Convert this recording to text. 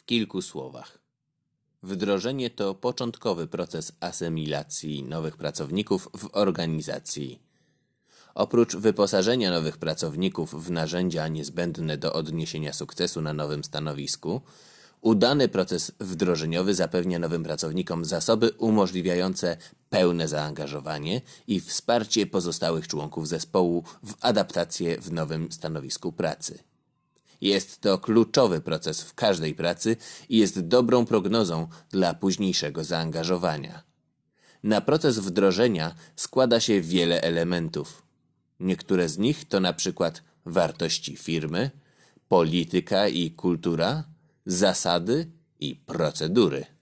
kilku słowach. Wdrożenie to początkowy proces asymilacji nowych pracowników w organizacji. Oprócz wyposażenia nowych pracowników w narzędzia niezbędne do odniesienia sukcesu na nowym stanowisku, udany proces wdrożeniowy zapewnia nowym pracownikom zasoby umożliwiające pełne zaangażowanie i wsparcie pozostałych członków zespołu w adaptację w nowym stanowisku pracy. Jest to kluczowy proces w każdej pracy i jest dobrą prognozą dla późniejszego zaangażowania. Na proces wdrożenia składa się wiele elementów. Niektóre z nich to na przykład wartości firmy, polityka i kultura, zasady i procedury.